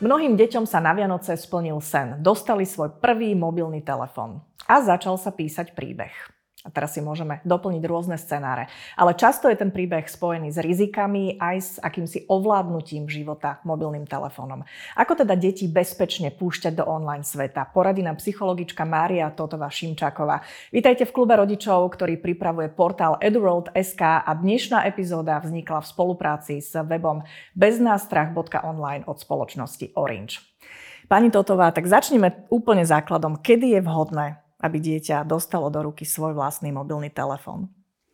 Mnohým deťom sa na Vianoce splnil sen. Dostali svoj prvý mobilný telefón a začal sa písať príbeh. A teraz si môžeme doplniť rôzne scenáre. Ale často je ten príbeh spojený s rizikami aj s akýmsi ovládnutím života mobilným telefónom. Ako teda deti bezpečne púšťať do online sveta? Poradí nám psychologička Mária Totová-Šimčáková. Vítajte v klube rodičov, ktorý pripravuje portál eduworld.sk a dnešná epizóda vznikla v spolupráci s webom beznástrach.online od spoločnosti Orange. Pani Totová, tak začneme úplne základom. Kedy je vhodné, aby dieťa dostalo do ruky svoj vlastný mobilný telefón?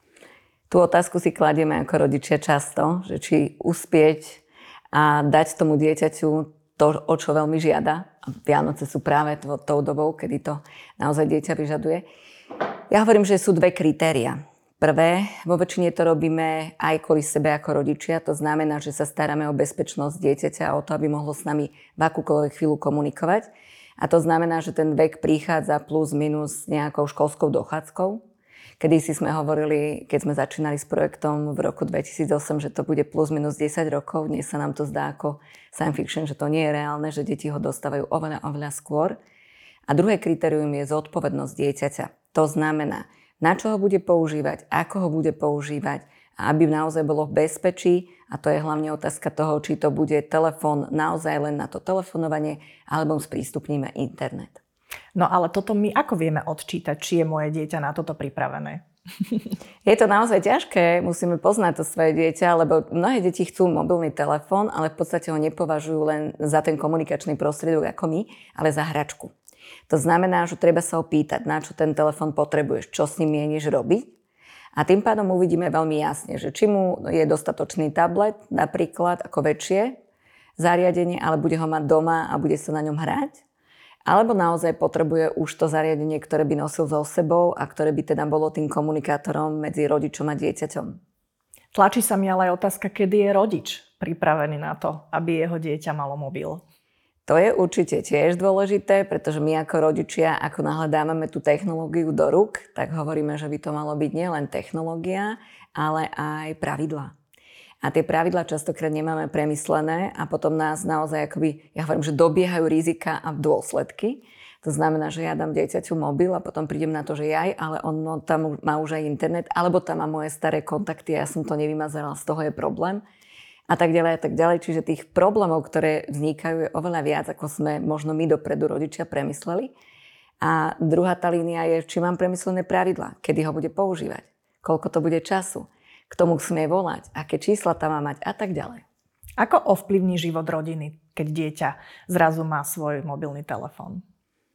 Tú otázku si kladieme ako rodičia často, že či uspieť a dať tomu dieťaťu to, o čo veľmi žiada. Vianoce sú práve tou dobou, kedy to naozaj dieťa vyžaduje. Ja hovorím, že sú dve kritéria. Prvé, vo väčšine to robíme aj kvôli sebe ako rodičia. To znamená, že sa staráme o bezpečnosť dieťaťa a o to, aby mohlo s nami v akúkoľvek chvíľu komunikovať. A to znamená, že ten vek prichádza plus minus nejakou školskou dochádzkou. Kedysi sme hovorili, keď sme začínali s projektom v roku 2008, že to bude plus minus 10 rokov. Dnes sa nám to zdá ako science fiction, že to nie je reálne, že deti ho dostávajú oveľa skôr. A druhé kritérium je zodpovednosť dieťaťa. To znamená, na čo ho bude používať, ako ho bude používať, a aby naozaj bolo v bezpečí, a to je hlavne otázka toho, či to bude telefón naozaj len na to telefonovanie, alebo sprístupníme internet. No ale toto my ako vieme odčítať, či je moje dieťa na toto pripravené? Je to naozaj ťažké, musíme poznať to svoje dieťa, lebo mnohé deti chcú mobilný telefón, ale v podstate ho nepovažujú len za ten komunikačný prostriedok ako my, ale za hračku. To znamená, že treba sa opýtať, na čo ten telefón potrebuješ, čo s ním mieniš robiť. A tým pádom uvidíme veľmi jasne, že či mu je dostatočný tablet, napríklad ako väčšie zariadenie, ale bude ho mať doma a bude sa na ňom hrať, alebo naozaj potrebuje už to zariadenie, ktoré by nosil so sebou a ktoré by teda bolo tým komunikátorom medzi rodičom a dieťaťom. Tlačí sa mi ale aj otázka, kedy je rodič pripravený na to, aby jeho dieťa malo mobil. To je určite tiež dôležité, pretože my ako rodičia, ako náhle dávame tú technológiu do rúk, tak hovoríme, že by to malo byť nielen technológia, ale aj pravidlá. A tie pravidlá častokrát nemáme premyslené a potom nás naozaj akoby, ja hovorím, že dobiehajú rizika a dôsledky. To znamená, že ja dám dieťaťu mobil a potom prídem na to, že ale on tam má už aj internet, alebo tam má moje staré kontakty a ja som to nevymazala, z toho je problém. A tak ďalej. Čiže tých problémov, ktoré vznikajú, je oveľa viac, ako sme možno my dopredu rodičia premysleli. A druhá tá línia je, či mám premyslené pravidlá, kedy ho bude používať, koľko to bude času, k tomu smie volať, aké čísla tam má mať a tak ďalej. Ako ovplyvní život rodiny, keď dieťa zrazu má svoj mobilný telefón?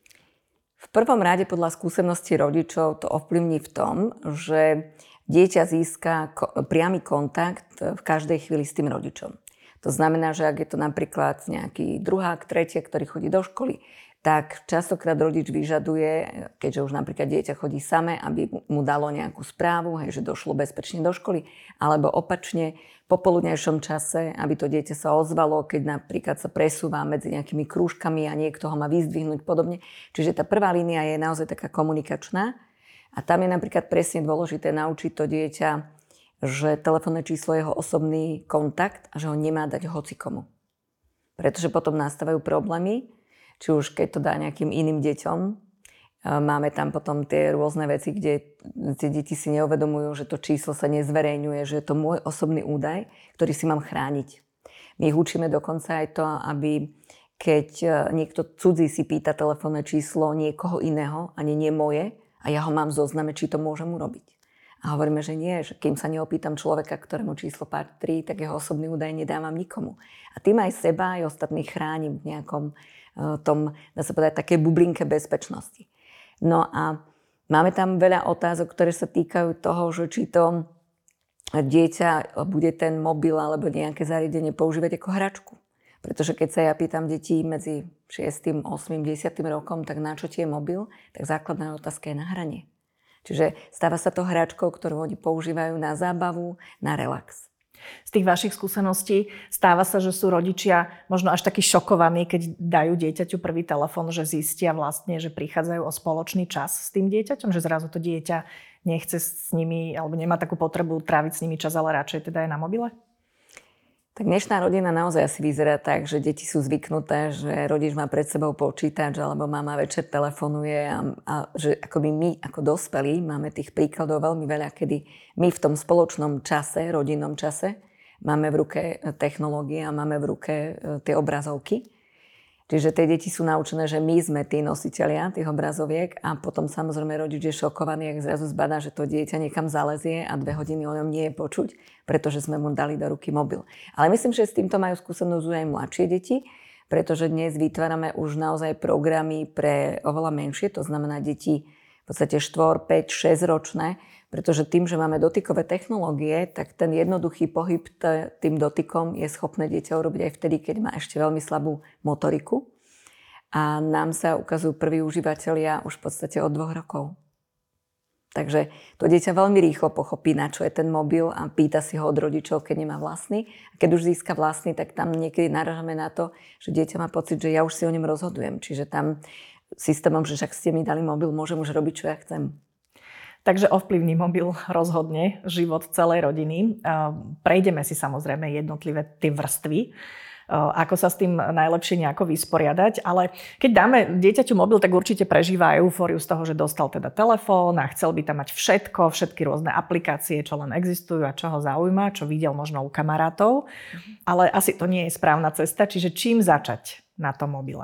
V prvom rade podľa skúseností rodičov to ovplyvní v tom, že dieťa získa priamy kontakt v každej chvíli s tým rodičom. To znamená, že ak je to napríklad nejaký druhák, tretiak, ktorý chodí do školy, tak častokrát rodič vyžaduje, keďže už napríklad dieťa chodí samé, aby mu dalo nejakú správu, že došlo bezpečne do školy, alebo opačne po poludňajšom čase, aby to dieťa sa ozvalo, keď napríklad sa presúva medzi nejakými krúžkami a niekto ho má vyzdvihnúť podobne. Čiže tá prvá línia je naozaj taká komunikačná. A tam je napríklad presne dôležité naučiť to dieťa, že telefónne číslo je jeho osobný kontakt a že ho nemá dať hocikomu. Pretože potom nastávajú problémy, či už keď to dá nejakým iným deťom. Máme tam potom tie rôzne veci, kde tie deti si neuvedomujú, že to číslo sa nezverejňuje, že je to môj osobný údaj, ktorý si mám chrániť. My ich učíme dokonca aj to, aby keď niekto cudzí si pýta telefónne číslo niekoho iného, ani nie moje, a ja ho mám v zozname, či to môžem urobiť. A hovoríme, že nie, že kým sa neopýtam človeka, ktorému číslo patrí, tak jeho osobný údaj nedávam nikomu. A tým aj seba, aj ostatných chránim v nejakom tom, dá sa povedať, také bublinke bezpečnosti. No a máme tam veľa otázok, ktoré sa týkajú toho, že či to dieťa bude ten mobil alebo nejaké zariadenie používať ako hračku. Pretože keď sa ja pýtam detí medzi 6., 8., 10. rokom, tak na čo ti je mobil, tak základná otázka je na hranie. Čiže stáva sa to hračkou, ktorú oni používajú na zábavu, na relax. Z tých vašich skúseností stáva sa, že sú rodičia možno až takí šokovaní, keď dajú dieťaťu prvý telefón, že zistia vlastne, že prichádzajú o spoločný čas s tým dieťaťom, že zrazu to dieťa nechce s nimi, alebo nemá takú potrebu tráviť s nimi čas, ale radšej teda je na mobile? Tak dnešná rodina naozaj asi vyzerá tak, že deti sú zvyknuté, že rodič má pred sebou počítač alebo mama večer telefonuje a že akoby my ako dospelí máme tých príkladov veľmi veľa, kedy my v tom spoločnom čase, rodinnom čase máme v ruke technológie a máme v ruke tie obrazovky. Čiže tie deti sú naučené, že my sme tí nositelia tých obrazoviek a potom samozrejme rodič je šokovaný, ak zrazu zbadá, že to dieťa niekam zalezie a 2 hodiny o ňom nie je počuť, pretože sme mu dali do ruky mobil. Ale myslím, že s týmto majú skúsenosť aj mladšie deti, pretože dnes vytvárame už naozaj programy pre oveľa menšie, to znamená deti v podstate 4, 5, 6 ročné, pretože tým, že máme dotykové technológie, tak ten jednoduchý pohyb tým dotykom je schopné dieťa urobiť aj vtedy, keď má ešte veľmi slabú motoriku. A nám sa ukazujú prví užívateľia už v podstate od 2 rokov. Takže to dieťa veľmi rýchlo pochopí, na čo je ten mobil a pýta si ho od rodičov, keď nemá vlastný. A keď už získa vlastný, tak tam niekedy narážame na to, že dieťa má pocit, že ja už si o ňom rozhodujem. Čiže tam systémom, že však ste mi dali mobil, môžem už robiť, čo ja chcem. Takže ovplyvní mobil rozhodne život celej rodiny. Prejdeme si samozrejme jednotlivé tie vrstvy, ako sa s tým najlepšie nejako vysporiadať. Ale keď dáme dieťaťu mobil, tak určite prežíva eufóriu z toho, že dostal teda telefón a chcel by tam mať všetky rôzne aplikácie, čo len existujú a čo ho zaujíma, čo videl možno u kamarátov. Ale asi to nie je správna cesta, čiže čím začať na tom mobile?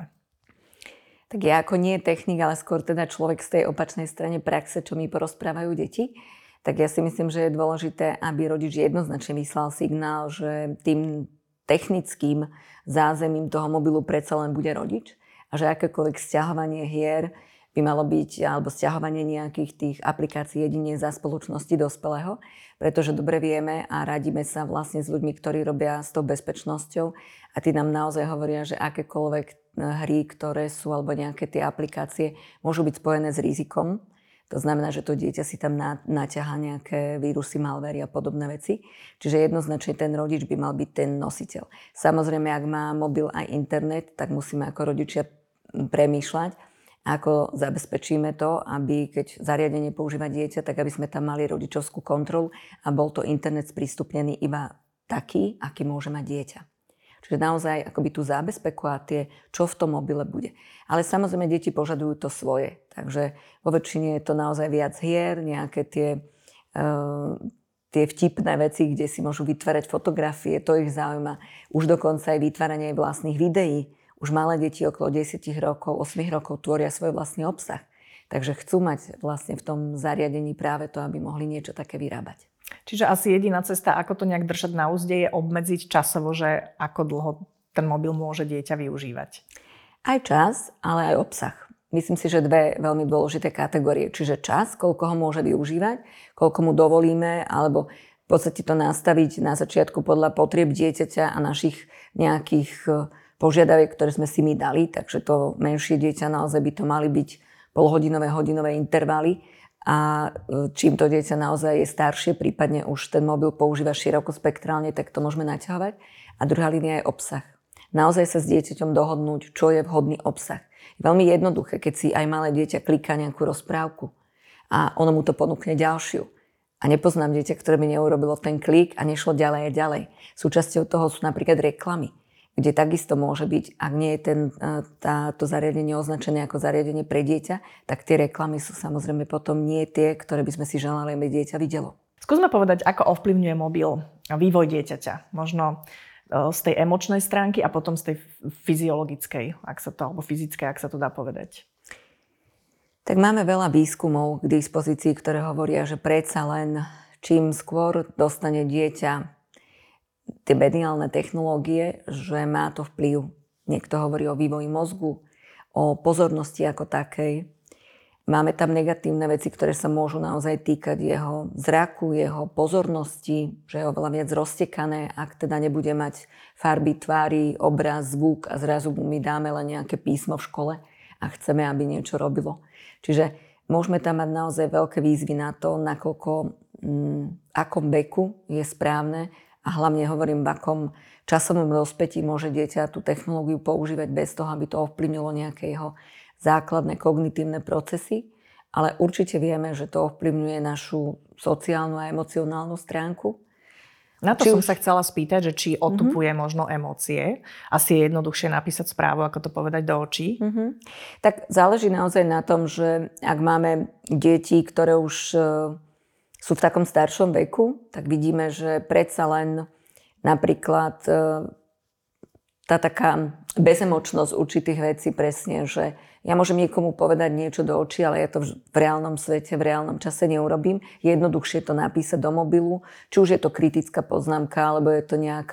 Tak ja ako nie technik, ale skôr teda človek z tej opačnej strane praxe, čo mi porozprávajú deti, tak ja si myslím, že je dôležité, aby rodič jednoznačne vyslal signál, že tým technickým zázemím toho mobilu predsa len bude rodič a že akékoľvek sťahovanie hier by malo byť, alebo sťahovanie nejakých tých aplikácií jedine za spoločnosti dospelého, pretože dobre vieme a radíme sa vlastne s ľuďmi, ktorí robia s tou bezpečnosťou a tí nám naozaj hovoria, že akékoľvek hry, ktoré sú, alebo nejaké tie aplikácie môžu byť spojené s rizikom. To znamená, že to dieťa si tam naťahá nejaké vírusy, malvery a podobné veci. Čiže jednoznačne ten rodič by mal byť ten nositeľ. Samozrejme, ak má mobil aj internet, tak musíme ako rodičia premýšľať, ako zabezpečíme to, aby keď zariadenie používa dieťa, tak aby sme tam mali rodičovskú kontrolu a bol to internet sprístupnený iba taký, aký môže mať dieťa. Čiže naozaj akoby tú zábezpeku a tie, čo v tom mobile bude. Ale samozrejme deti požadujú to svoje. Takže vo väčšine je to naozaj viac hier, nejaké tie vtipné veci, kde si môžu vytvárať fotografie, to ich zaujíma. Už dokonca aj vytváranie vlastných videí. Už malé deti okolo 10 rokov, 8 rokov tvoria svoj vlastný obsah. Takže chcú mať vlastne v tom zariadení práve to, aby mohli niečo také vyrábať. Čiže asi jediná cesta, ako to nejak držať na úzde, je obmedziť časovo, že ako dlho ten mobil môže dieťa využívať. Aj čas, ale aj obsah. Myslím si, že 2 veľmi dôležité kategórie. Čiže čas, koľko ho môže využívať, koľko mu dovolíme, alebo v podstate to nastaviť na začiatku podľa potrieb dieťaťa a našich nejakých požiadaviek, ktoré sme si my dali. Takže to menšie dieťa naozaj by to mali byť polhodinové, hodinové intervaly. A čím to dieťa naozaj je staršie, prípadne už ten mobil používa širokospektrálne, tak to môžeme naťahovať. A druhá línia je obsah. Naozaj sa s dieťaťom dohodnúť, čo je vhodný obsah. Je veľmi jednoduché, keď si aj malé dieťa kliká nejakú rozprávku a ono mu to ponúkne ďalšiu. A nepoznám dieťa, ktoré by neurobilo ten klik a nešlo ďalej a ďalej. Súčasťou toho sú napríklad reklamy, kde takisto môže byť, ak nie je to zariadenie označené ako zariadenie pre dieťa, tak tie reklamy sú samozrejme potom nie tie, ktoré by sme si želali, aby dieťa videlo. Skúsme povedať, ako ovplyvňuje mobil vývoj dieťaťa. Možno z tej emočnej stránky a potom z tej fyziologickej, alebo fyzickej, ak sa to dá povedať. Tak máme veľa výskumov k dispozícii, ktoré hovoria, že predsa len čím skôr dostane dieťa tie mediálne technológie, že má to vplyv. Niekto hovorí o vývoji mozgu, o pozornosti ako takej. Máme tam negatívne veci, ktoré sa môžu naozaj týkať jeho zraku, jeho pozornosti, že je oveľa viac roztekané, ak teda nebude mať farby tvári, obraz, zvuk a zrazu my dáme len nejaké písmo v škole a chceme, aby niečo robilo. Čiže môžeme tam mať naozaj veľké výzvy na to, nakoľko, akom veku je správne a hlavne hovorím, v akom časovom rozpätí môže dieťa tú technológiu používať bez toho, aby to ovplyvnilo nejaké jeho základné kognitívne procesy, ale určite vieme, že to ovplyvňuje našu sociálnu a emocionálnu stránku. Na to som sa chcela spýtať, že či otupuje možno emócie. Asi je jednoduchšie napísať správu, ako to povedať do očí. Tak záleží naozaj na tom, že ak máme deti, ktoré už sú v takom staršom veku, tak vidíme, že predsa len napríklad tá taká bezemočnosť určitých vecí presne, že ja môžem niekomu povedať niečo do očí, ale ja to v reálnom svete, v reálnom čase neurobím. Je jednoduchšie to napísať do mobilu, či už je to kritická poznámka, alebo je to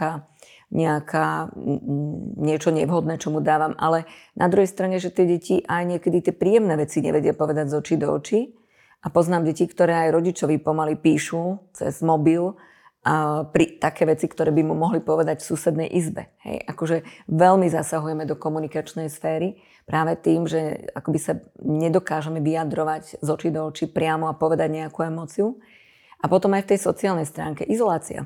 niečo nevhodné, čo mu dávam. Ale na druhej strane, že tie deti aj niekedy tie príjemné veci nevedia povedať z očí do očí. A poznám deti, ktoré aj rodičovi pomaly píšu cez mobil pri také veci, ktoré by mu mohli povedať v susednej izbe. Hej, akože veľmi zasahujeme do komunikačnej sféry práve tým, že akoby sa nedokážeme vyjadrovať z očí do očí priamo a povedať nejakú emóciu. A potom aj v tej sociálnej stránke izolácia.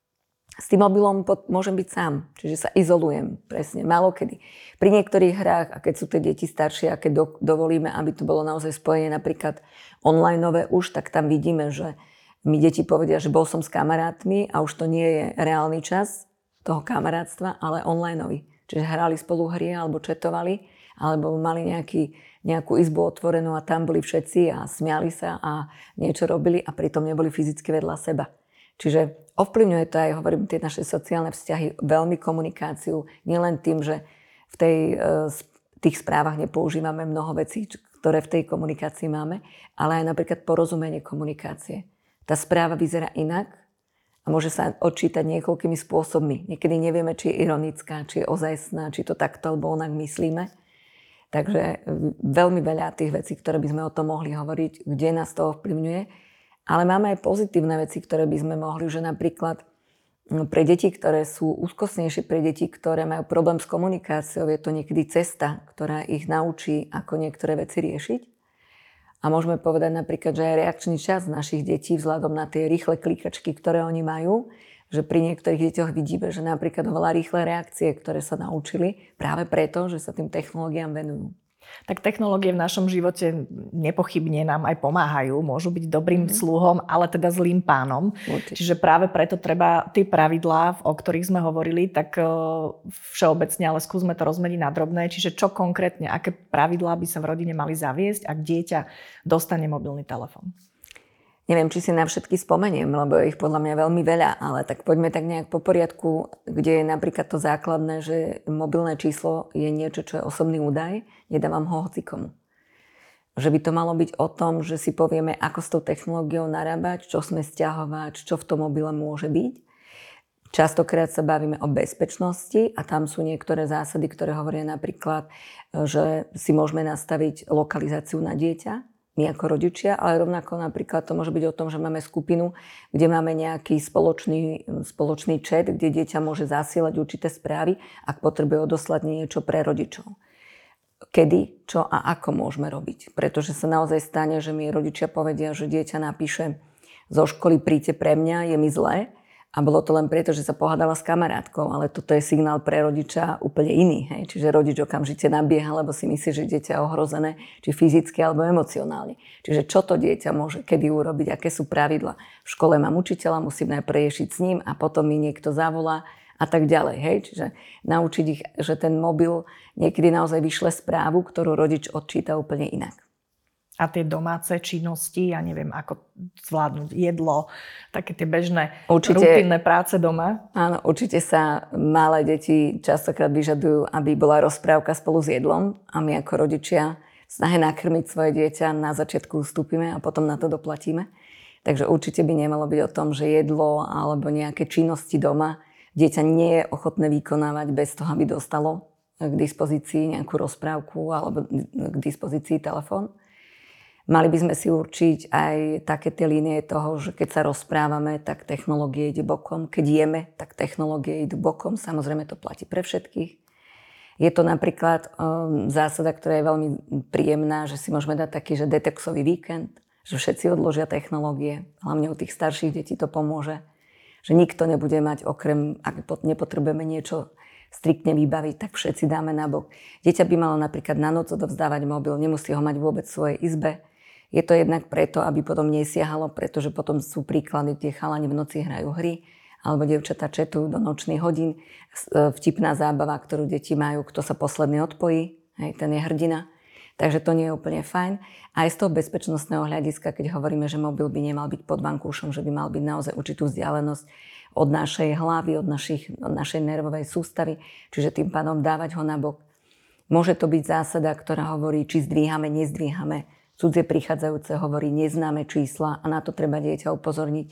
S tým mobilom môžem byť sám, čiže sa izolujem presne, málokedy. Pri niektorých hrách, a keď sú tie deti staršie a keď dovolíme, aby to bolo naozaj spojenie napríklad onlineové už, tak tam vidíme, že mi deti povedia, že bol som s kamarátmi a už to nie je reálny čas toho kamarátstva, ale onlineový. Čiže hrali spolu hry alebo četovali, alebo mali nejakú izbu otvorenú a tam boli všetci a smiali sa a niečo robili a pritom neboli fyzicky vedľa seba. Čiže ovplyvňuje to aj, hovorím, tie naše sociálne vzťahy, veľmi komunikáciu, nielen tým, že v tých správach nepoužívame mnoho vecí, ktoré v tej komunikácii máme, ale aj napríklad porozumenie komunikácie. Tá správa vyzerá inak a môže sa odčítať niekoľkými spôsobmi. Niekedy nevieme, či je ironická, či je ozajstná, či to takto alebo onak myslíme. Takže veľmi veľa tých vecí, ktoré by sme o tom mohli hovoriť, kde nás to ovplyvňuje. Ale máme aj pozitívne veci, ktoré by sme mohli, že napríklad pre deti, ktoré sú úzkostnejšie, pre deti, ktoré majú problém s komunikáciou, je to niekedy cesta, ktorá ich naučí, ako niektoré veci riešiť. A môžeme povedať napríklad, že aj reakčný čas našich detí vzhľadom na tie rýchle klikačky, ktoré oni majú, že pri niektorých deťoch vidíme, že napríklad oveľa rýchle reakcie, ktoré sa naučili práve preto, že sa tým technológiám venujú. Tak technológie v našom živote nepochybne nám aj pomáhajú, môžu byť dobrým sluhom, ale teda zlým pánom. Určite. Čiže práve preto treba tie pravidlá, o ktorých sme hovorili, tak všeobecne, ale skúsme to rozmeniť na drobné. Čiže čo konkrétne, aké pravidlá by sa v rodine mali zaviesť, ak dieťa dostane mobilný telefón? Neviem, či si na všetky spomeniem, lebo je ich podľa mňa veľmi veľa, ale tak poďme tak nejak po poriadku, kde je napríklad to základné, že mobilné číslo je niečo, čo je osobný údaj, nedávam ho hocikomu. Že by to malo byť o tom, že si povieme, ako s tou technológiou narábať, čo sme sťahovať, čo v tom mobile môže byť. Častokrát sa bavíme o bezpečnosti a tam sú niektoré zásady, ktoré hovoria napríklad, že si môžeme nastaviť lokalizáciu na dieťa, my ako rodičia, ale rovnako napríklad to môže byť o tom, že máme skupinu, kde máme nejaký spoločný chat, kde dieťa môže zasielať určité správy, ak potrebuje odoslať niečo pre rodičov. Kedy, čo a ako môžeme robiť. Pretože sa naozaj stane, že mi rodičia povedia, že dieťa napíše zo školy príďte pre mňa, je mi zlé. A bolo to len preto, že sa pohádala s kamarátkou, ale toto je signál pre rodiča úplne iný. Hej? Čiže rodič okamžite nabieha, lebo si myslí, že dieťa je ohrozené, či fyzicky alebo emocionálne. Čiže čo to dieťa môže kedy urobiť, aké sú pravidlá. V škole mám učiteľa, musím najprv riešiť s ním a potom mi niekto zavolá a tak ďalej. Hej? Čiže naučiť ich, že ten mobil niekedy naozaj vyšle správu, ktorú rodič odčíta úplne inak. A tie domáce činnosti, ja neviem, ako zvládnuť jedlo, také tie bežné rutinné práce doma. Áno, určite sa malé deti častokrát vyžadujú, aby bola rozprávka spolu s jedlom a my ako rodičia v snahe nakrmiť svoje dieťa na začiatku ustúpime a potom na to doplatíme. Takže určite by nemalo byť o tom, že jedlo alebo nejaké činnosti doma dieťa nie je ochotné vykonávať bez toho, aby dostalo k dispozícii nejakú rozprávku alebo k dispozícii telefón. Mali by sme si určiť aj také tie línie toho, že keď sa rozprávame, tak technológie ide bokom. Keď jeme, tak technológie idú bokom. Samozrejme to platí pre všetkých. Je to napríklad zásada, ktorá je veľmi príjemná, že si môžeme dať taký, že detoxový víkend, že všetci odložia technológie. Hlavne u tých starších detí to pomôže. Že nikto nebude mať okrem, ak nepotrebujeme niečo striktne vybaviť, tak všetci dáme nabok. Dieťa by malo napríklad na noc odovzdávať mobil, nemusí ho mať vôbec v svojej izbe. Je to jednak preto, aby potom nesiahalo, pretože potom sú príklady, kde chalani v noci hrajú hry alebo dievčatá četujú do nočných hodín. Vtipná zábava, ktorú deti majú, kto sa posledný odpojí, hej, ten je hrdina. Takže to nie je úplne fajn. Aj z toho bezpečnostného hľadiska, keď hovoríme, že mobil by nemal byť pod vankúšom, že by mal byť naozaj určitú vzdialenosť od našej hlavy, od našej nervovej sústavy, čiže tým pádom dávať ho nabok. Môže to byť zásada, ktorá hovorí, či zdvíhame, nezdvíhame. Cudzie prichádzajúce hovorí, neznáme čísla a na to treba dieťa upozorniť,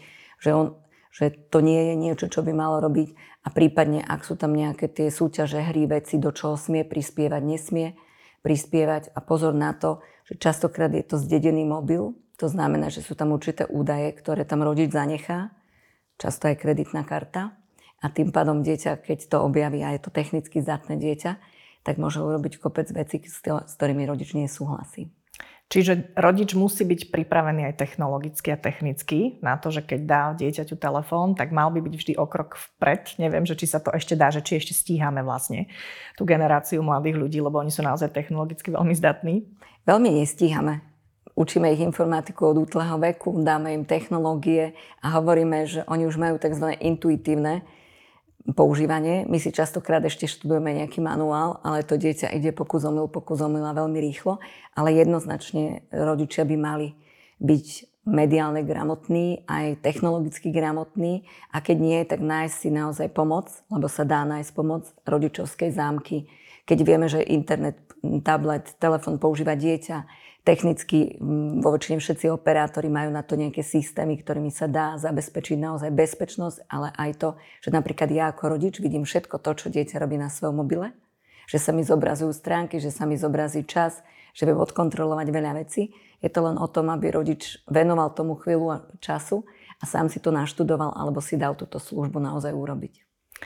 že to nie je niečo, čo by malo robiť a prípadne, ak sú tam nejaké tie súťaže, hry, veci, do čoho smie prispievať, nesmie prispievať a pozor na to, že častokrát je to zdedený mobil, to znamená, že sú tam určité údaje, ktoré tam rodič zanechá, často aj kreditná karta a tým pádom dieťa, keď to objaví a je to technicky zdatné dieťa, tak môže urobiť kopec vecí, s ktorými rodič nesúhlasí. Čiže rodič musí byť pripravený aj technologicky a technicky na to, že keď dá dieťaťu telefón, tak mal by byť vždy o krok vpred. Neviem, že či sa to ešte dá, že či ešte stíhame vlastne tú generáciu mladých ľudí, lebo oni sú naozaj technologicky veľmi zdatní. Veľmi nestíhame. Učíme ich informatiku od útleho veku, dáme im technológie a hovoríme, že oni už majú tzv. Intuitívne používanie. My si častokrát ešte študujeme nejaký manuál, ale to dieťa ide pokus omyl a veľmi rýchlo. Ale jednoznačne rodičia by mali byť mediálne gramotní, aj technologicky gramotní a keď nie, tak nájsť si naozaj pomoc, lebo sa dá nájsť pomoc rodičovskej zámky. Keď vieme, že internet, tablet, telefón používa dieťa, technicky vo väčšine všetci operátori majú na to nejaké systémy, ktorými sa dá zabezpečiť naozaj bezpečnosť, ale aj to, že napríklad ja ako rodič vidím všetko to, čo dieťa robí na svojom mobile, že sa mi zobrazujú stránky, že sa mi zobrazí čas, že viem odkontrolovať veľa vecí. Je to len o tom, aby rodič venoval tomu chvíľu času a sám si to naštudoval alebo si dal túto službu naozaj urobiť.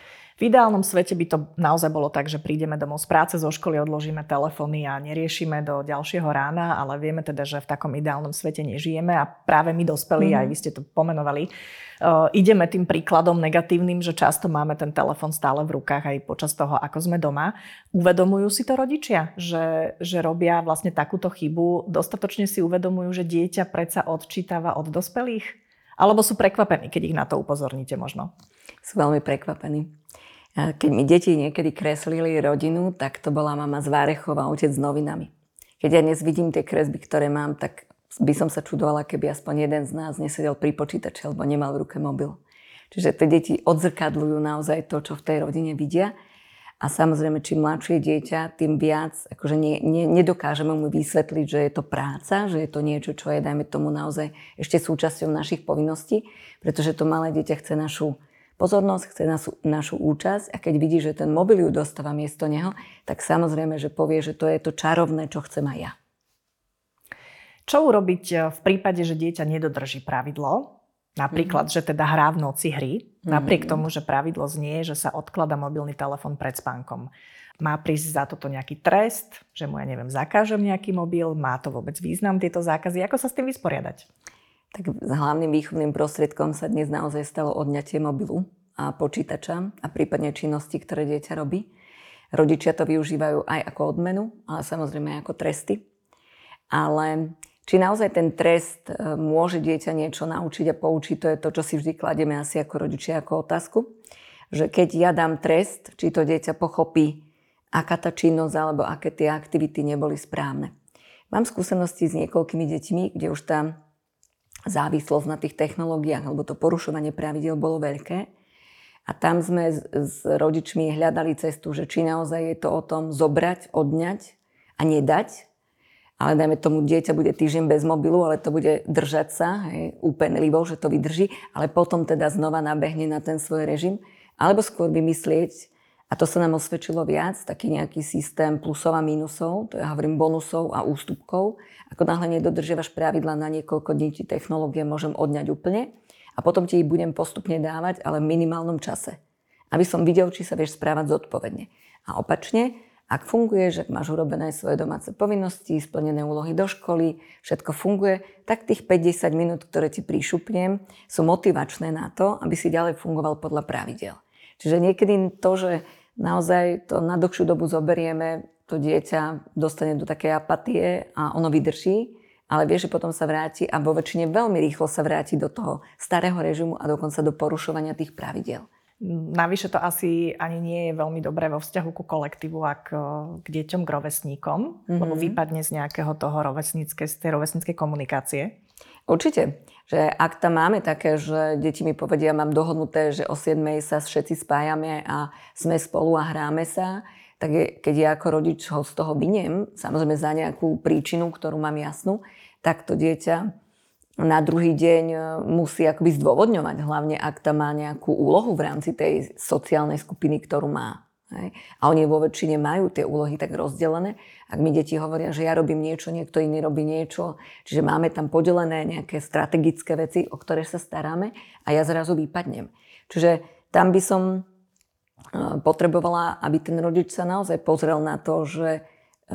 V ideálnom svete by to naozaj bolo tak, že prídeme domov z práce, zo školy, odložíme telefóny a neriešime do ďalšieho rána, ale vieme teda, že v takom ideálnom svete nežijeme a práve my dospelí, aj vy ste to pomenovali, ideme tým príkladom negatívnym, že často máme ten telefón stále v rukách aj počas toho, ako sme doma. Uvedomujú si to rodičia, že robia vlastne takúto chybu? Dostatočne si uvedomujú, že dieťa predsa odčítava od dospelých? Alebo sú prekvapení, keď ich na to upozorníte možno? Sú veľmi prekvapení. Keď mi deti niekedy kreslili rodinu, tak to bola mama z Várechov a otec s novinami. Keď ja dnes vidím tie kresby, ktoré mám, tak by som sa čudovala, keby aspoň jeden z nás nesedel pri počítači alebo nemal v ruke mobil. Čiže tie deti odzrkadľujú naozaj to, čo v tej rodine vidia. A samozrejme, čím mladšie dieťa, tým viac akože nedokážeme mu vysvetliť, že je to práca, že je to niečo, čo je, dajme tomu, naozaj ešte súčasťou našich povinností, pretože to malé dieťa chce našu pozornosť, chce našu účasť a keď vidí, že ten mobil ju dostáva miesto neho, tak samozrejme, že povie, že to je to čarovné, čo chcem aj ja. Čo urobiť v prípade, že dieťa nedodrží pravidlo? Napríklad, že teda hrá v noci hry, napriek tomu, že pravidlo znie, že sa odkladá mobilný telefón pred spánkom. Má prísť za toto nejaký trest, že mu, ja neviem, zakážem nejaký mobil, má to vôbec význam, tieto zákazy? Ako sa s tým vysporiadať? Tak hlavným výchovným prostriedkom sa dnes naozaj stalo odňatie mobilu a počítača a prípadne činnosti, ktoré dieťa robí. Rodičia to využívajú aj ako odmenu, ale samozrejme aj ako tresty. Ale či naozaj ten trest môže dieťa niečo naučiť a poučiť, to je to, čo si vždy kladieme asi ako rodičia ako otázku. Že keď ja dám trest, či to dieťa pochopí, aká tá činnosť alebo aké tie aktivity neboli správne. Mám skúsenosti s niekoľkými deťmi, kde už tá závislosť na tých technológiách alebo to porušovanie pravidiel bolo veľké. A tam sme s rodičmi hľadali cestu, že či naozaj je to o tom zobrať, odňať a nedať. Ale dajme tomu, dieťa bude týždeň bez mobilu, ale to bude držať sa, úpenlivo, že to vydrží, ale potom teda znova nabehne na ten svoj režim. Alebo skôr vymyslieť, a to sa nám osvedčilo viac, taký nejaký systém plusov a mínusov, to ja hovorím bonusov a ústupkov. Ako náhle nedodržiavaš pravidla na niekoľko dní, ti technológie môžem odňať úplne a potom ti ich budem postupne dávať, ale v minimálnom čase. Aby som videl, či sa vieš správať zodpovedne. A opačne, ak funguje, že máš urobené svoje domáce povinnosti, splnené úlohy do školy, všetko funguje, tak tých 5-10 minút, ktoré ti prišupnem, sú motivačné na to, aby si ďalej fungoval podľa pravidiel. Čiže niekedy to, že naozaj to na dlhšiu dobu zoberieme, to dieťa dostane do takej apatie a ono vydrží ale vie, že potom sa vráti a vo väčšine veľmi rýchlo sa vráti do toho starého režimu a dokonca do porušovania tých pravidiel. Navyše to asi ani nie je veľmi dobré vo vzťahu ku kolektívu a k deťom, k rovesníkom, lebo vypadne z nejakého toho z tej rovesníckej komunikácie. Určite, že ak tam máme také, že deti mi povedia, mám dohodnuté, že o 7 sa všetci spájame a sme spolu a hráme sa, tak keď ja ako rodič ho z toho vyniem, samozrejme za nejakú príčinu, ktorú mám jasnú, tak to dieťa na druhý deň musí akoby zdôvodňovať, hlavne ak tam má nejakú úlohu v rámci tej sociálnej skupiny, ktorú má. Hej. A oni vo väčšine majú tie úlohy tak rozdelené. Ak mi deti hovoria, že ja robím niečo, niekto iný robí niečo, čiže máme tam podelené nejaké strategické veci, o ktoré sa staráme a ja zrazu vypadnem. Čiže tam by som potrebovala, aby ten rodič sa naozaj pozrel na to, že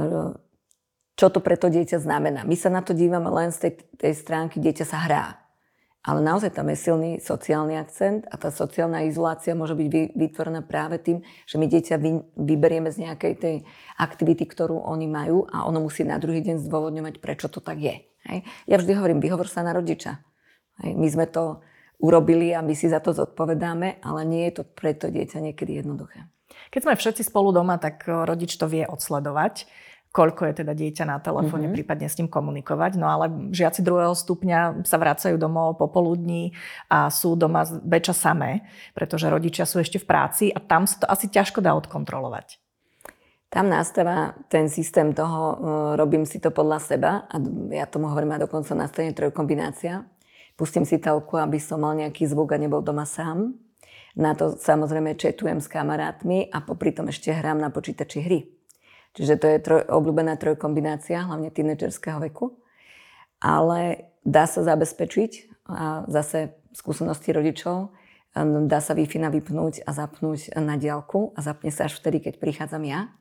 čo to pre to dieťa znamená. My sa na to dívame len z tej stránky, dieťa sa hrá. Ale naozaj tam je silný sociálny akcent a tá sociálna izolácia môže byť vytvorená práve tým, že my dieťa vyberieme z nejakej tej aktivity, ktorú oni majú a ono musí na druhý deň zdôvodňovať, prečo to tak je. Hej. Ja vždy hovorím, vyhovor sa na rodiča. Hej. My sme to urobili a my si za to zodpovedáme, ale nie je to pre to dieťa niekedy jednoduché. Keď sme všetci spolu doma, tak rodič to vie odsledovať, koľko je teda dieťa na telefóne, prípadne s ním komunikovať. No ale žiaci 2. stupňa sa vracajú domov popoludní a sú doma väčša samé, pretože rodičia sú ešte v práci a tam sa to asi ťažko dá odkontrolovať. Tam nastáva ten systém toho, robím si to podľa seba a ja tomu hovorím a dokonca nastane trojkombinácia. Pustím si telku, aby som mal nejaký zvuk a nebol doma sám. Na to samozrejme chatujem s kamarátmi a popri tom ešte hrám na počítači hry. Čiže to je obľúbená trojkombinácia, hlavne tínedžerského veku. Ale dá sa zabezpečiť, a zase skúsenosti rodičov, dá sa Wi-Fi vypnúť a zapnúť na diaľku a zapne sa až vtedy, keď prichádzam ja.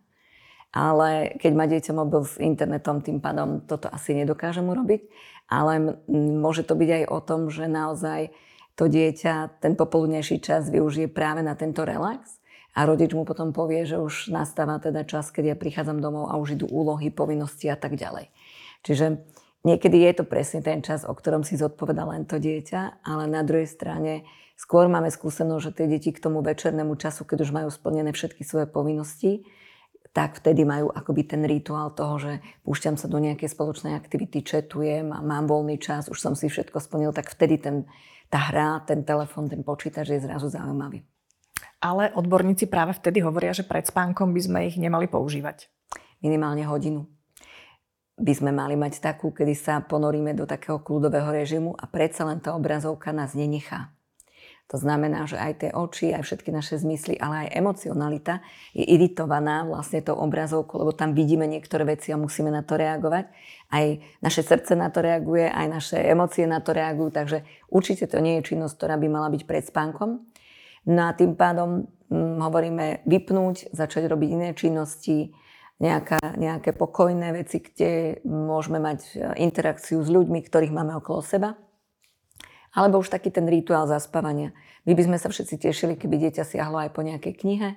Ale keď má dieťa mobil s internetom, tým pádom toto asi nedokážem urobiť. Ale môže to byť aj o tom, že naozaj to dieťa ten popoludnejší čas využije práve na tento relax. A rodič mu potom povie, že už nastáva teda čas, keď ja prichádzam domov a už idú úlohy, povinnosti a tak ďalej. Čiže niekedy je to presne ten čas, o ktorom si zodpovedá len to dieťa, ale na druhej strane skôr máme skúsenosť, že tie deti k tomu večernému času, keď už majú splnené všetky svoje povinnosti, tak vtedy majú akoby ten rituál toho, že púšťam sa do nejakej spoločnej aktivity, chatujem a mám voľný čas, už som si všetko splnil, tak vtedy tá hra, ten telefón, ten počítač je zrazu zaujímavý. Ale odborníci práve vtedy hovoria, že pred spánkom by sme ich nemali používať. Minimálne hodinu by sme mali mať takú, kedy sa ponoríme do takého kľudového režimu a predsa len tá obrazovka nás nenechá. To znamená, že aj tie oči, aj všetky naše zmysly, ale aj emocionalita je iritovaná vlastne tou obrazovkou, lebo tam vidíme niektoré veci a musíme na to reagovať. Aj naše srdce na to reaguje, aj naše emócie na to reagujú, takže určite to nie je činnosť, ktorá by mala byť pred spánkom. No a tým pádom hovoríme vypnúť, začať robiť iné činnosti, nejaké pokojné veci, kde môžeme mať interakciu s ľuďmi, ktorých máme okolo seba. Alebo už taký ten rituál zaspávania. My by sme sa všetci tešili, keby dieťa siahlo aj po nejakej knihe,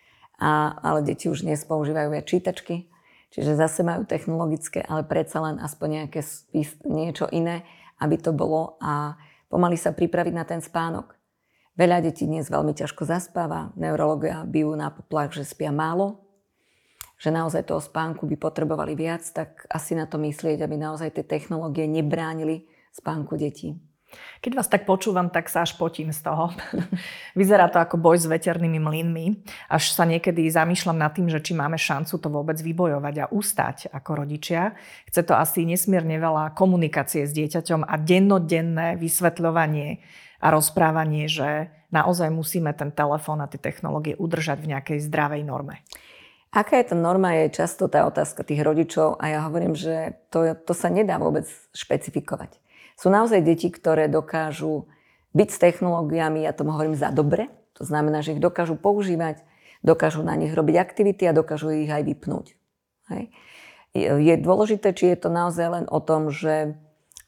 ale deti už dnes používajú viac čítačky, čiže zase majú technologické, ale predsa len aspoň niečo iné, aby to bolo a pomaly sa pripraviť na ten spánok. Veľa detí dnes veľmi ťažko zaspáva, neurológovia bijú na poplach, že spia málo, že naozaj toho spánku by potrebovali viac, tak asi na to myslieť, aby naozaj tie technológie nebránili spánku detí. Keď vás tak počúvam, tak sa až potím z toho. Vyzerá to ako boj s veternými mlynmi. Až sa niekedy zamýšľam nad tým, že či máme šancu to vôbec vybojovať a ustať ako rodičia. Chce to asi nesmierne veľa komunikácie s dieťaťom a dennodenné vysvetľovanie a rozprávanie, že naozaj musíme ten telefón a tie technológie udržať v nejakej zdravej norme. Aká je tá norma, je často tá otázka tých rodičov a ja hovorím, že to sa nedá vôbec špecifikovať. Sú naozaj deti, ktoré dokážu byť s technológiami, ja tomu hovorím za dobre, to znamená, že ich dokážu používať, dokážu na nich robiť aktivity a dokážu ich aj vypnúť. Hej. Je dôležité, či je to naozaj len o tom, že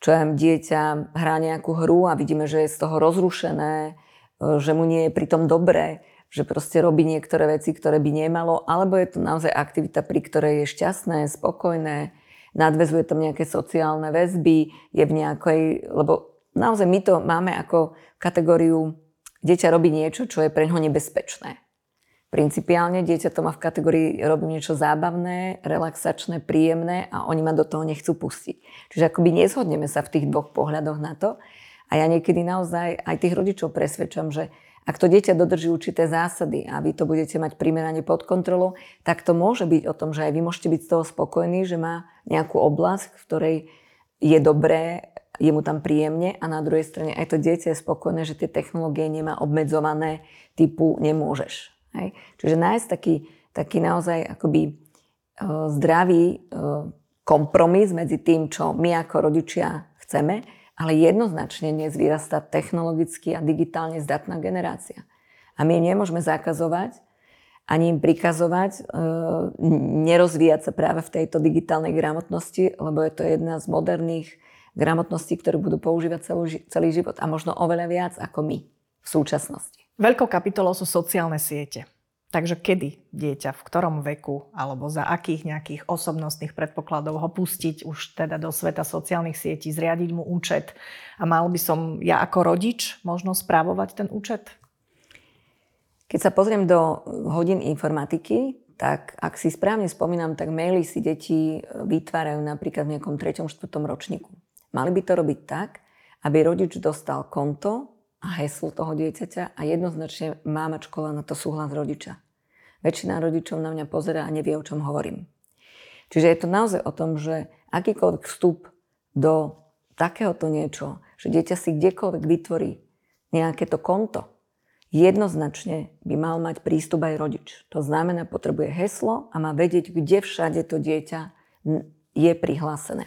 dieťa hrá nejakú hru a vidíme, že je z toho rozrušené, že mu nie je pritom dobré, že proste robí niektoré veci, ktoré by nemalo, alebo je to naozaj aktivita, pri ktorej je šťastné, spokojné, nadväzuje tam nejaké sociálne väzby, je v nejakej, lebo naozaj my to máme ako kategóriu, dieťa robí niečo, čo je pre ňoho nebezpečné. Principiálne dieťa to má v kategórii robí niečo zábavné, relaxačné, príjemné a oni ma do toho nechcú pustiť. Čiže akoby nezhodneme sa v tých dvoch pohľadoch na to. A ja niekedy naozaj aj tých rodičov presvedčam, že ak to dieťa dodrží určité zásady a vy to budete mať primerane pod kontrolou, tak to môže byť o tom, že aj vy môžete byť z toho spokojní, že má nejakú oblasť, v ktorej je dobré, je mu tam príjemne a na druhej strane aj to dieťa je spokojné, že tie technológie nemá obmedzované typu nemôžeš. Hej. Čiže nájsť taký naozaj akoby zdravý kompromis medzi tým, čo my ako rodičia chceme, ale jednoznačne dnes vyrastá technologicky a digitálne zdatná generácia. A my nemôžeme zakazovať, ani im prikazovať, nerozvíjať sa práve v tejto digitálnej gramotnosti, lebo je to jedna z moderných gramotností, ktoré budú používať celý život a možno oveľa viac ako my v súčasnosti. Veľkou kapitolou sú sociálne siete. Takže kedy dieťa, v ktorom veku alebo za akých nejakých osobnostných predpokladov ho pustiť už teda do sveta sociálnych sietí, zriadiť mu účet a mal by som ja ako rodič možno správovať ten účet? Keď sa pozriem do hodín informatiky, tak ak si správne spomínam, tak maily si deti vytvárajú napríklad v nejakom 3. 4. ročníku. Mali by to robiť tak, aby rodič dostal konto a heslo toho dieťaťa a jednoznačne má mať škola na to súhlas rodiča. Väčšina rodičov na mňa pozerá a nevie, o čom hovorím. Čiže je to naozaj o tom, že akýkoľvek vstup do takéhoto niečo, že dieťa si kdekoľvek vytvorí nejaké to konto, jednoznačne by mal mať prístup aj rodič. To znamená, potrebuje heslo a má vedieť, kde všade to dieťa je prihlásené.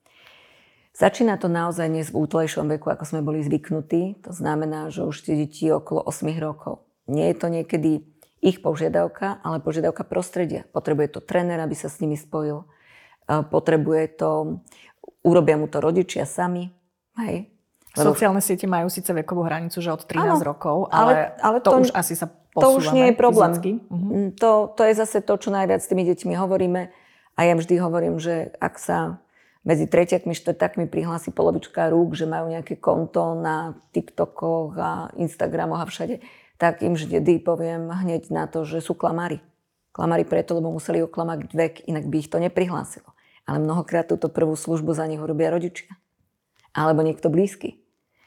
Začína to naozaj dnes v útlejšom veku, ako sme boli zvyknutí. To znamená, že už tie deti okolo 8 rokov. Nie je to niekedy ich požiadavka, ale požiadavka prostredia. Potrebuje to tréner, aby sa s nimi spojil. Potrebuje to, urobia mu to rodičia sami. Hej. Sociálne siete majú síce vekovú hranicu, že od 13 rokov, ale to už asi sa posúvame. To už nie je problém. To je zase to, čo najviac s tými deťmi hovoríme. A ja vždy hovorím, že ak sa medzi treťakmi, štvrťakmi prihlási polovička rúk, že majú nejaké konto na TikTokoch a Instagramoch a všade, tak im vždy poviem hneď na to, že sú klamári. Klamári preto, lebo museli oklamať vek, inak by ich to neprihlásilo. Ale mnohokrát túto prvú službu za nich urobia rodičia. Alebo niekto blízky.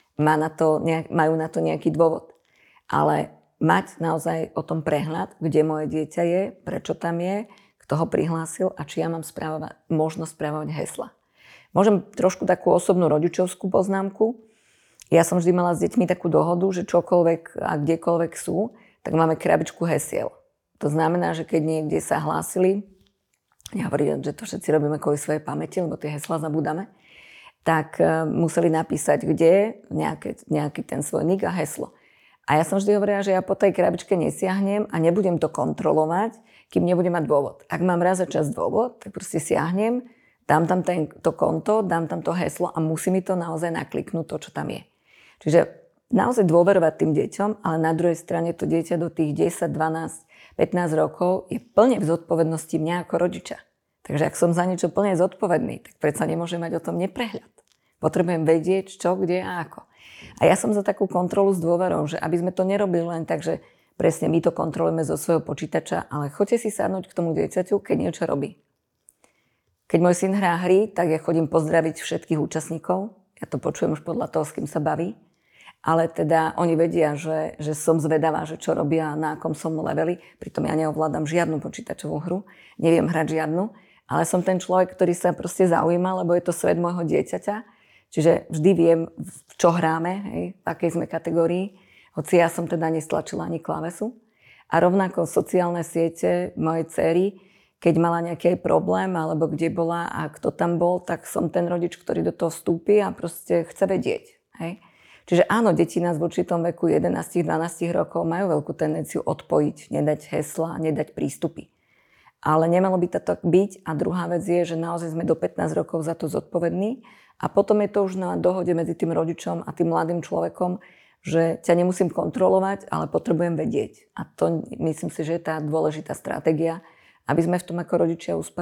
Majú na to nejaký dôvod. Ale mať naozaj o tom prehľad, kde moje dieťa je, prečo tam je, kto ho prihlásil a či ja mám možnosť správovať hesla. Môžem trošku takú osobnú rodičovskú poznámku. Ja som vždy mala s deťmi takú dohodu, že čokoľvek a kdekoľvek sú, tak máme krabičku hesiel. To znamená, že keď niekde sa hlásili, ja hovorím, že to všetci robíme kvôli svojej pamäti, lebo tie heslá zabúdame, tak museli napísať, kde nejaký ten svoj nick a heslo. A ja som vždy hovorila, že ja po tej krabičke nesiahnem a nebudem to kontrolovať, kým nebudem mať dôvod. Ak mám raz za čas dôvod, tak proste siahnem, dám tam to konto, dám tam to heslo a musí mi to naozaj nakliknúť to, čo tam je. Čiže naozaj dôverovať tým deťom, ale na druhej strane to dieťa do tých 10, 12, 15 rokov je plne v zodpovednosti mňa ako rodiča. Takže ak som za niečo plne zodpovedný, tak predsa nemôžem mať o tom neprehľad. Potrebujem vedieť, čo, kde a ako. A ja som za takú kontrolu s dôverou, že aby sme to nerobili len tak, že presne my to kontrolujeme zo svojho počítača, ale choďte si sadnúť k tomu dieťaťu, keď niečo robí. Keď môj syn hrá hry, tak ja chodím pozdraviť všetkých účastníkov. Ja to počujem už podľa toho, s kým sa baví. Ale teda oni vedia, že som zvedavá, že čo robia, na akom som leveli. Pritom ja neovládam žiadnu počítačovú hru. Neviem hrať žiadnu. Ale som ten človek, ktorý sa proste zaujíma, lebo je to svet môjho dieťaťa. Čiže vždy viem, v čo hráme, hej, v akej sme kategórii. Hoci ja som teda nestlačila ani klávesu. A rovnako sociálne siete mojej dcery, keď mala nejaký problém, alebo kde bola a kto tam bol, tak som ten rodič, ktorý do toho vstúpi a proste chce vedieť. Hej. Čiže áno, deti nás v určitom veku 11-12 rokov majú veľkú tendenciu odpojiť, nedať hesla, nedať prístupy. Ale nemalo by to tak byť. A druhá vec je, že naozaj sme do 15 rokov za to zodpovední. A potom je to už na dohode medzi tým rodičom a tým mladým človekom, že ťa nemusím kontrolovať, ale potrebujem vedieť. A to myslím si, že je tá dôležitá stratégia, aby sme v tom ako rodičia uspeli.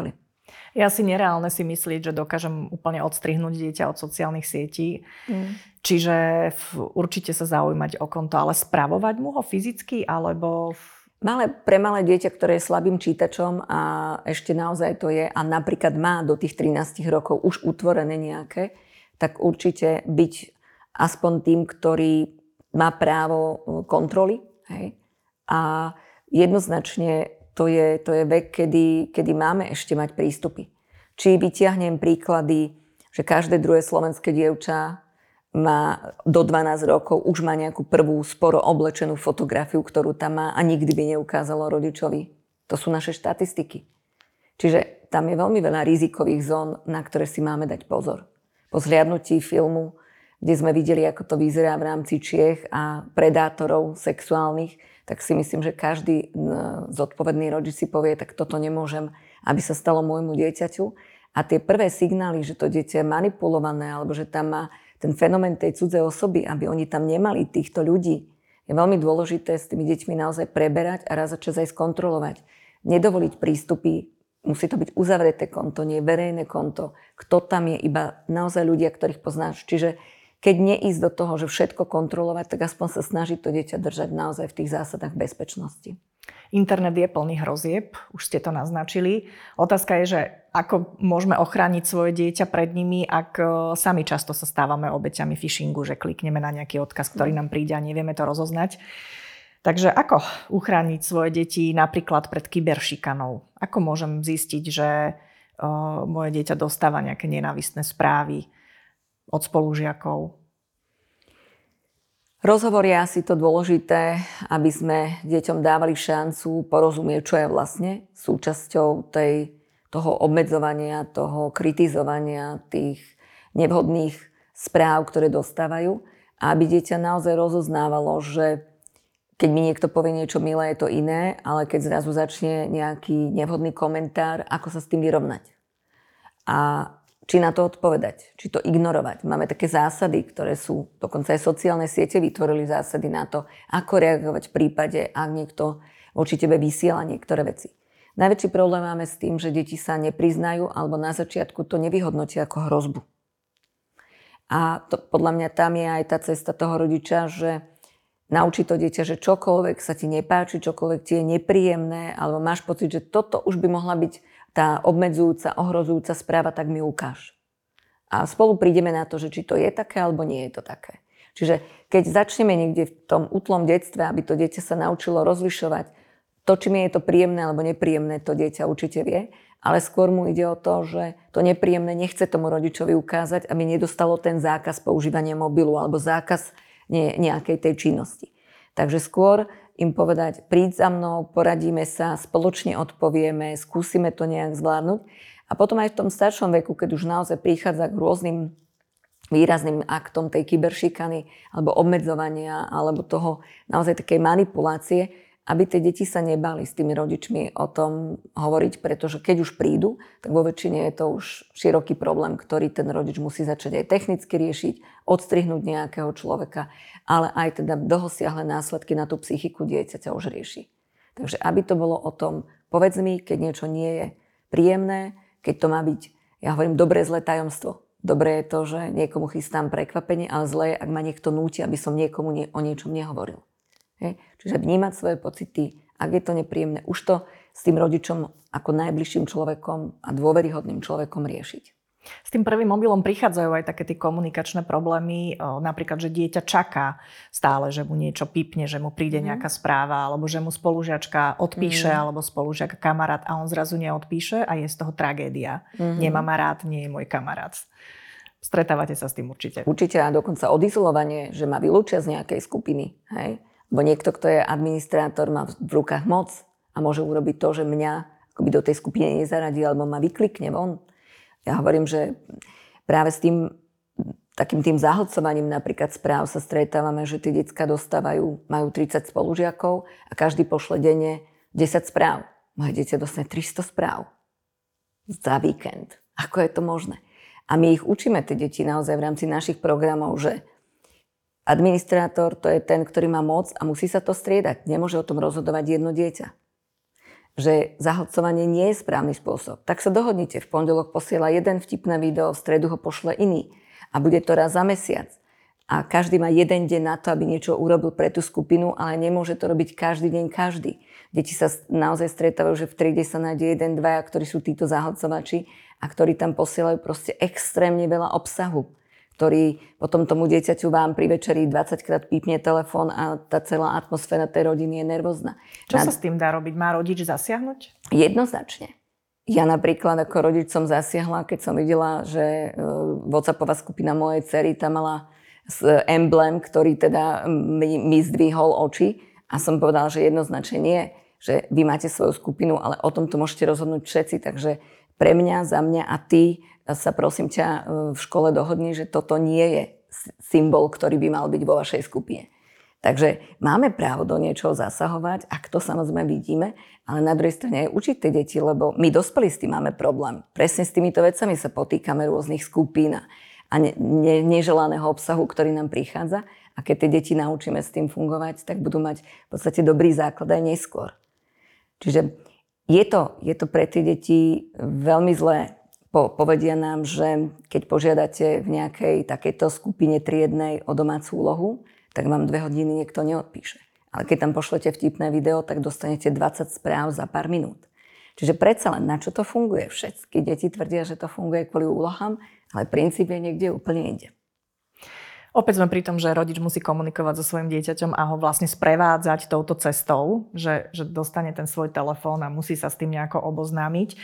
Je asi nereálne si myslieť, že dokážem úplne odstrihnúť dieťa od sociálnych sietí. Čiže určite sa zaujímať o konto, ale spravovať mu ho fyzicky, alebo... Pre malé dieťa, ktoré je slabým čítačom a ešte naozaj to je a napríklad má do tých 13 rokov už utvorené nejaké, tak určite byť aspoň tým, ktorý má právo kontroly. Hej? A jednoznačne to je vek, kedy máme ešte mať prístupy. Či vytiahnem príklady, že každé druhé slovenské dievča má do 12 rokov, už má nejakú prvú sporo oblečenú fotografiu, ktorú tam má a nikdy by neukázalo rodičovi. To sú naše štatistiky. Čiže tam je veľmi veľa rizikových zón, na ktoré si máme dať pozor. Po zhliadnutí filmu, kde sme videli, ako to vyzerá v rámci Čiech a predátorov sexuálnych, tak si myslím, že každý zodpovedný rodič si povie, tak toto nemôžem, aby sa stalo môjmu dieťaťu. A tie prvé signály, že to dieťa je manipulované, alebo že tam má ten fenomén tej cudzej osoby, aby oni tam nemali týchto ľudí, je veľmi dôležité s tými deťmi naozaj preberať a raz za čas aj skontrolovať. Nedovoliť prístupy, musí to byť uzavreté konto, nie verejné konto. Kto tam je, iba naozaj ľudia, ktorých poznáš. Čiže keď neísť do toho, že všetko kontrolovať, tak aspoň sa snažiť to dieťa držať naozaj v tých zásadách bezpečnosti. Internet je plný hrozieb, už ste to naznačili. Otázka je, že ako môžeme ochrániť svoje dieťa pred nimi, ak sami často sa stávame obeťami phishingu, že klikneme na nejaký odkaz, ktorý nám príde a nevieme to rozoznať. Takže ako uchrániť svoje deti napríklad pred kyberšikanou? Ako môžem zistiť, že moje dieťa dostáva nejaké nenávistné správy od spolužiakov? Rozhovor je asi to dôležité, aby sme deťom dávali šancu porozumieť, čo je vlastne súčasťou toho obmedzovania, toho kritizovania, tých nevhodných správ, ktoré dostávajú. A aby dieťa naozaj rozoznávalo, že keď mi niekto povie niečo milé, je to iné, ale keď zrazu začne nejaký nevhodný komentár, ako sa s tým vyrovnať. A či na to odpovedať, či to ignorovať. Máme také zásady, ktoré sú, dokonca aj sociálne siete vytvorili zásady na to, ako reagovať v prípade, ak niekto voči tebe vysiela niektoré veci. Najväčší problém máme s tým, že deti sa nepriznajú alebo na začiatku to nevyhodnotia ako hrozbu. A to, podľa mňa tam je aj tá cesta toho rodiča, že naučí to dieťa, že čokoľvek sa ti nepáči, čokoľvek ti je nepríjemné, alebo máš pocit, že toto už by mohla byť tá obmedzujúca, ohrozujúca správa, tak mi ukáž. A spolu prídeme na to, že či to je také, alebo nie je to také. Čiže keď začneme niekde v tom útlom detstve, aby to dieťa sa naučilo rozlišovať, to, či mi je to príjemné alebo nepríjemné, to dieťa určite vie, ale skôr mu ide o to, že to nepríjemné nechce tomu rodičovi ukázať, aby nedostalo ten zákaz používania mobilu alebo zákaz nejakej tej činnosti. Takže skôr im povedať, príď za mnou, poradíme sa, spoločne odpovieme, skúsime to nejak zvládnuť. A potom aj v tom staršom veku, keď už naozaj prichádza k rôznym výrazným aktom tej kyberšikany alebo obmedzovania alebo toho naozaj takej manipulácie, aby tie deti sa nebali s tými rodičmi o tom hovoriť, pretože keď už prídu, tak vo väčšine je to už široký problém, ktorý ten rodič musí začať aj technicky riešiť, odstrihnúť nejakého človeka, ale aj teda dlhosiahle následky na tú psychiku dieťaťa už rieši. Takže aby to bolo o tom, povedz mi, keď niečo nie je príjemné, keď to má byť, ja hovorím, dobré zlé tajomstvo. Dobré je to, že niekomu chystám prekvapenie, ale zlé je, ak ma niekto núti, aby som niekomu o niečom nehovoril. Čiže vnímať svoje pocity, ak je to nepríjemné, už to s tým rodičom ako najbližším človekom a dôveryhodným človekom riešiť. S tým prvým mobilom prichádzajú aj také tie komunikačné problémy, napríklad, že dieťa čaká stále, že mu niečo pipne, že mu príde nejaká správa, alebo že mu spolužiačka odpíše, alebo spolužiak kamarát a on zrazu neodpíše a je z toho tragédia. Nemá ma rád, nie je môj kamarát. Stretávate sa s tým určite. Určite a dokonca odizolovanie, že ma vylúčia z nejakej skupiny, hej? Bo niekto, kto je administrátor, má v rukách moc a môže urobiť to, že mňa akoby do tej skupiny nezaradí alebo ma vyklikne von. Ja hovorím, že práve s tým takým tým zahlcovaním napríklad správ sa stretávame, že tie decká majú 30 spolužiakov a každý pošle denne 10 správ. Moje dieťa dostane 300 správ za víkend. Ako je to možné? A my ich učíme, tie deti, naozaj v rámci našich programov, že administrátor to je ten, ktorý má moc a musí sa to striedať. Nemôže o tom rozhodovať jedno dieťa. že zahlcovanie nie je správny spôsob, tak sa dohodnite. V pondelok posiela jeden vtipné video, v stredu ho pošle iný. A bude to raz za mesiac. A každý má jeden deň na to, aby niečo urobil pre tú skupinu, ale nemôže to robiť každý deň každý. Deti sa naozaj stretávajú, že v triede sa nájde jeden, dvaja, ktorí sú títo zahlcovači a ktorí tam posielajú proste extrémne veľa obsahu, ktorý potom tomu dieťaťu vám pri večeri 20-krát pípne telefón a tá celá atmosféra tej rodiny je nervózna. Čo sa s tým dá robiť? Má rodič zasiahnuť? Jednoznačne. Ja napríklad ako rodič som zasiahla, keď som videla, že WhatsAppová skupina mojej dcery tam mala emblém, ktorý teda mi zdvihol oči a som povedala, že jednoznačne nie, že vy máte svoju skupinu, ale o tom to môžete rozhodnúť všetci, takže pre mňa, za mňa a ty sa prosím ťa v škole dohodni, že toto nie je symbol, ktorý by mal byť vo vašej skupine. Takže máme právo do niečoho zasahovať, ak to samozrejme vidíme, ale na druhej strane aj učiť tie deti, lebo my dospelí s tým máme problém. Presne s týmito vecami sa potýkame rôznych skupín a neželaného obsahu, ktorý nám prichádza. A keď tie deti naučíme s tým fungovať, tak budú mať v podstate dobrý základ aj neskôr. Čiže je to pre tie deti veľmi zlé. Povedia nám, že keď požiadate v nejakej takejto skupine triednej o domácu úlohu, tak vám 2 hodiny niekto neodpíše. Ale keď tam pošlete vtipné video, tak dostanete 20 správ za pár minút. Čiže predsa len na čo to funguje? Všetky deti tvrdia, že to funguje kvôli úlohám, ale princíp je niekde úplne inde. Opäť sme pri tom, že rodič musí komunikovať so svojím dieťaťom a ho vlastne sprevádzať touto cestou, že dostane ten svoj telefón a musí sa s tým nejako oboznámiť.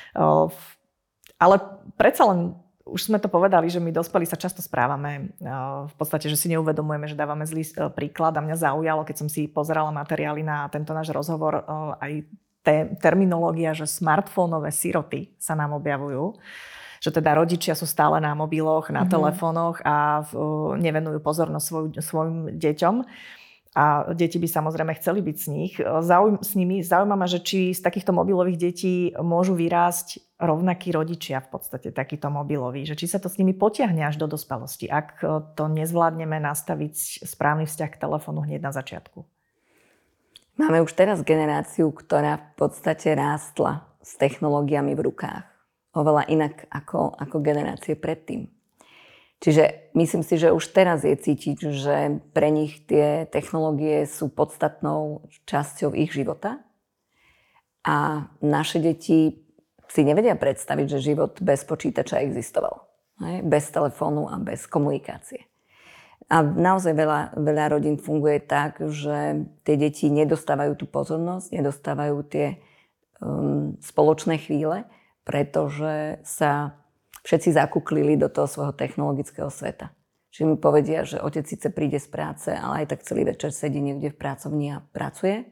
Ale predsa len, už sme to povedali, že my dospelí sa často správame v podstate, že si neuvedomujeme, že dávame zlý príklad a mňa zaujalo, keď som si pozerala materiály na tento náš rozhovor, aj terminológia, že smartfónové siroty sa nám objavujú. Že teda rodičia sú stále na mobiloch, na telefónoch a nevenujú pozornosť svojim deťom. A deti by samozrejme chceli byť s nimi. Zaujíma ma, že či z takýchto mobilových detí môžu vyrásť rovnakí rodičia v podstate, takýto mobiloví. Že či sa to s nimi potiahne až do dospelosti, ak to nezvládneme nastaviť správny vzťah k telefónu hneď na začiatku. Máme už teraz generáciu, ktorá v podstate rástla s technológiami v rukách. Oveľa inak ako generácie predtým. Čiže myslím si, že už teraz je cítiť, že pre nich tie technológie sú podstatnou časťou ich života. A naše deti si nevedia predstaviť, že život bez počítača existoval. Bez telefónu a bez komunikácie. A naozaj veľa rodín funguje tak, že tie deti nedostávajú tú pozornosť, nedostávajú tie spoločné chvíle, pretože sa všetci zakuklili do toho svojho technologického sveta. Čiže mi povedia, že otec síce príde z práce, ale aj tak celý večer sedí niekde v pracovni a pracuje.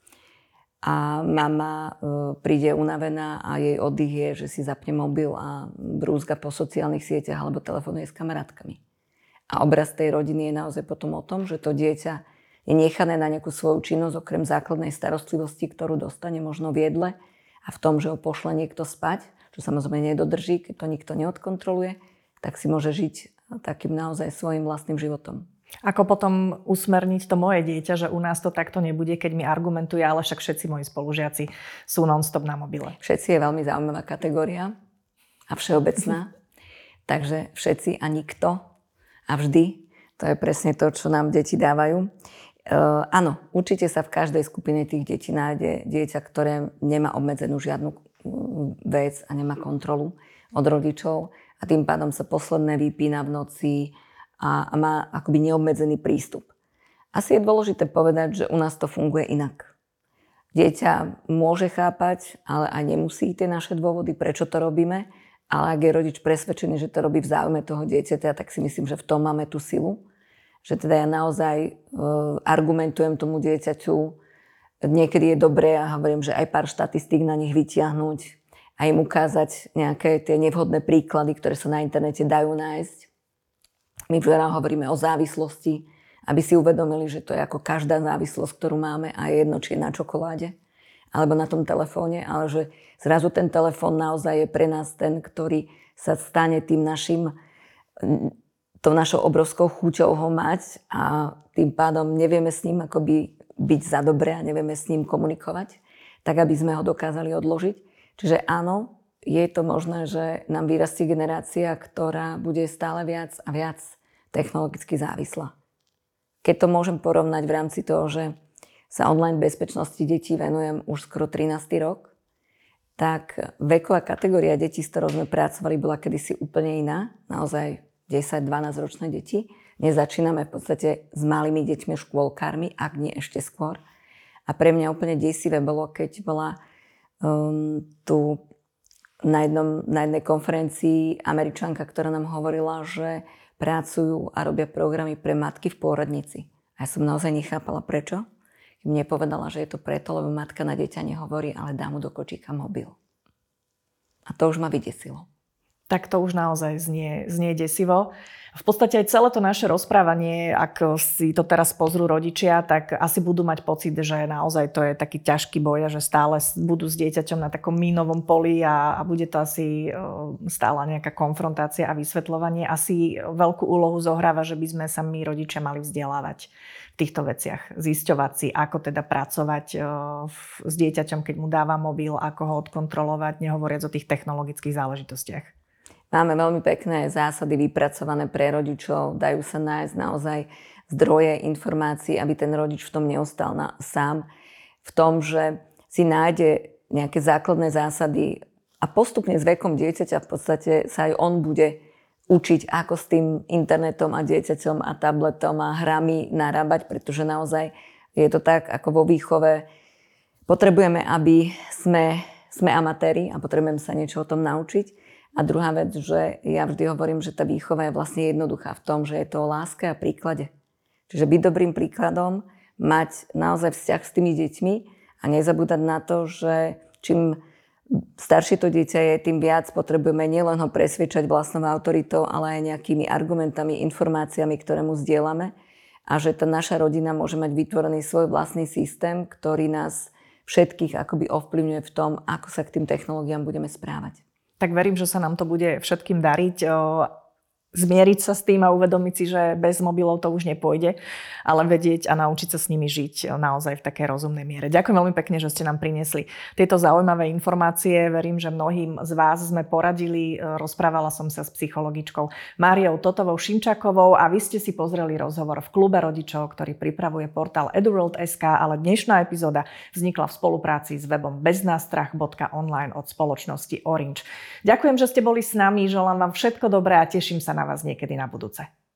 A mama príde unavená a jej oddych je, že si zapne mobil a brúzga po sociálnych sieťach alebo telefonuje s kamarátkami. A obraz tej rodiny je naozaj potom o tom, že to dieťa je nechané na nejakú svoju činnosť, okrem základnej starostlivosti, ktorú dostane možno v jedle, a v tom, že ho pošle niekto spať, čo samozrejme nedodrží, keď to nikto neodkontroluje, tak si môže žiť takým naozaj svojím vlastným životom. Ako potom usmerniť to moje dieťa, že u nás to takto nebude, keď mi argumentuje, ale však všetci moji spolužiaci sú non-stop na mobile. Všetci je veľmi zaujímavá kategória a všeobecná. Takže všetci a nikto a vždy. To je presne to, čo nám deti dávajú. Áno, určite sa v každej skupine tých detí nájde dieťa, ktoré nemá obmedzenú žiadnu vec a nemá kontrolu od rodičov a tým pádom sa posledné vypína v noci a má akoby neobmedzený prístup. Asi je dôležité povedať, že u nás to funguje inak. Dieťa môže chápať, ale aj nemusí tie naše dôvody, prečo to robíme, ale ak je rodič presvedčený, že to robí v záujme toho dieťaťa, tak si myslím, že v tom máme tú silu. Že teda ja naozaj argumentujem tomu dieťaťu. Niekedy je dobré a hovorím, že aj pár štatistík na nich vytiahnuť a im ukázať nejaké tie nevhodné príklady, ktoré sa na internete dajú nájsť. My vždy hovoríme o závislosti, aby si uvedomili, že to je ako každá závislosť, ktorú máme a je jedno, či je na čokoláde alebo na tom telefóne, ale že zrazu ten telefón naozaj je pre nás ten, ktorý sa stane tým tou našou obrovskou chuťou ho mať a tým pádom nevieme s ním akoby byť za dobre a nevieme s ním komunikovať. tak aby sme ho dokázali odložiť. Čiže áno, je to možné, že nám vyrastie generácia, ktorá bude stále viac a viac technologicky závislá. Keď to môžem porovnať v rámci toho, že sa online bezpečnosti detí venujem už skoro 13. rok, tak veková kategória detí, s ktorou sme pracovali, bola kedysi úplne iná. Naozaj 10-12 ročné deti. Dnes začíname v podstate s malými deťmi, škôlkármi, ak nie ešte skôr. A pre mňa úplne desivé bolo, keď bola tu na jednej konferencii Američanka, ktorá nám hovorila, že pracujú a robia programy pre matky v pôrodnici. A ja som naozaj nechápala, prečo. Mne povedala, že je to preto, lebo matka na dieťa nehovorí, ale dá mu do kočíka mobil. A to už ma vydesilo. Tak to už naozaj znie desivo. V podstate aj celé to naše rozprávanie, ak si to teraz pozrú rodičia, tak asi budú mať pocit, že naozaj to je taký ťažký boj a že stále budú s dieťaťom na takom mínovom poli a bude to asi stále nejaká konfrontácia a vysvetľovanie. Asi veľkú úlohu zohráva, že by sme sa my rodičia mali vzdelávať v týchto veciach. Zisťovať si, ako teda pracovať s dieťaťom, keď mu dáva mobil, ako ho odkontrolovať, nehovoriac o tých technologických záležitostiach. Máme veľmi pekné zásady vypracované pre rodičov, dajú sa nájsť naozaj zdroje informácií, aby ten rodič v tom neostal sám. V tom, že si nájde nejaké základné zásady a postupne s vekom dieťaťa v podstate sa aj on bude učiť, ako s tým internetom a dieťaťom a tabletom a hrami narábať, pretože naozaj je to tak, ako vo výchove. Potrebujeme, aby sme amatéri a potrebujeme sa niečo o tom naučiť. A druhá vec, že ja vždy hovorím, že tá výchova je vlastne jednoduchá v tom, že je to o láske a príklade. Čiže byť dobrým príkladom, mať naozaj vzťah s tými deťmi a nezabúdať na to, že čím staršie to dieťa je, tým viac potrebujeme nielen ho presviečať vlastnou autoritou, ale aj nejakými argumentami, informáciami, ktoré mu zdieľame. A že tá naša rodina môže mať vytvorený svoj vlastný systém, ktorý nás všetkých akoby ovplyvňuje v tom, ako sa k tým technológiám budeme správať. Tak verím, že sa nám to bude všetkým dariť. Zmieriť sa s tým a uvedomiť si, že bez mobilov to už nepôjde, ale vedieť a naučiť sa s nimi žiť naozaj v takej rozumnej miere. Ďakujem veľmi pekne, že ste nám priniesli tieto zaujímavé informácie. Verím, že mnohým z vás sme poradili. Rozprávala som sa s psychologičkou Máriou Totovou Šimčákovou a vy ste si pozreli rozhovor v klube rodičov, ktorý pripravuje portál eduworld.sk, ale dnešná epizóda vznikla v spolupráci s webom beznástrach.online od spoločnosti Orange. Ďakujem, že ste boli s nami, želám vám všetko dobré a teším sa na vás niekedy na budúce.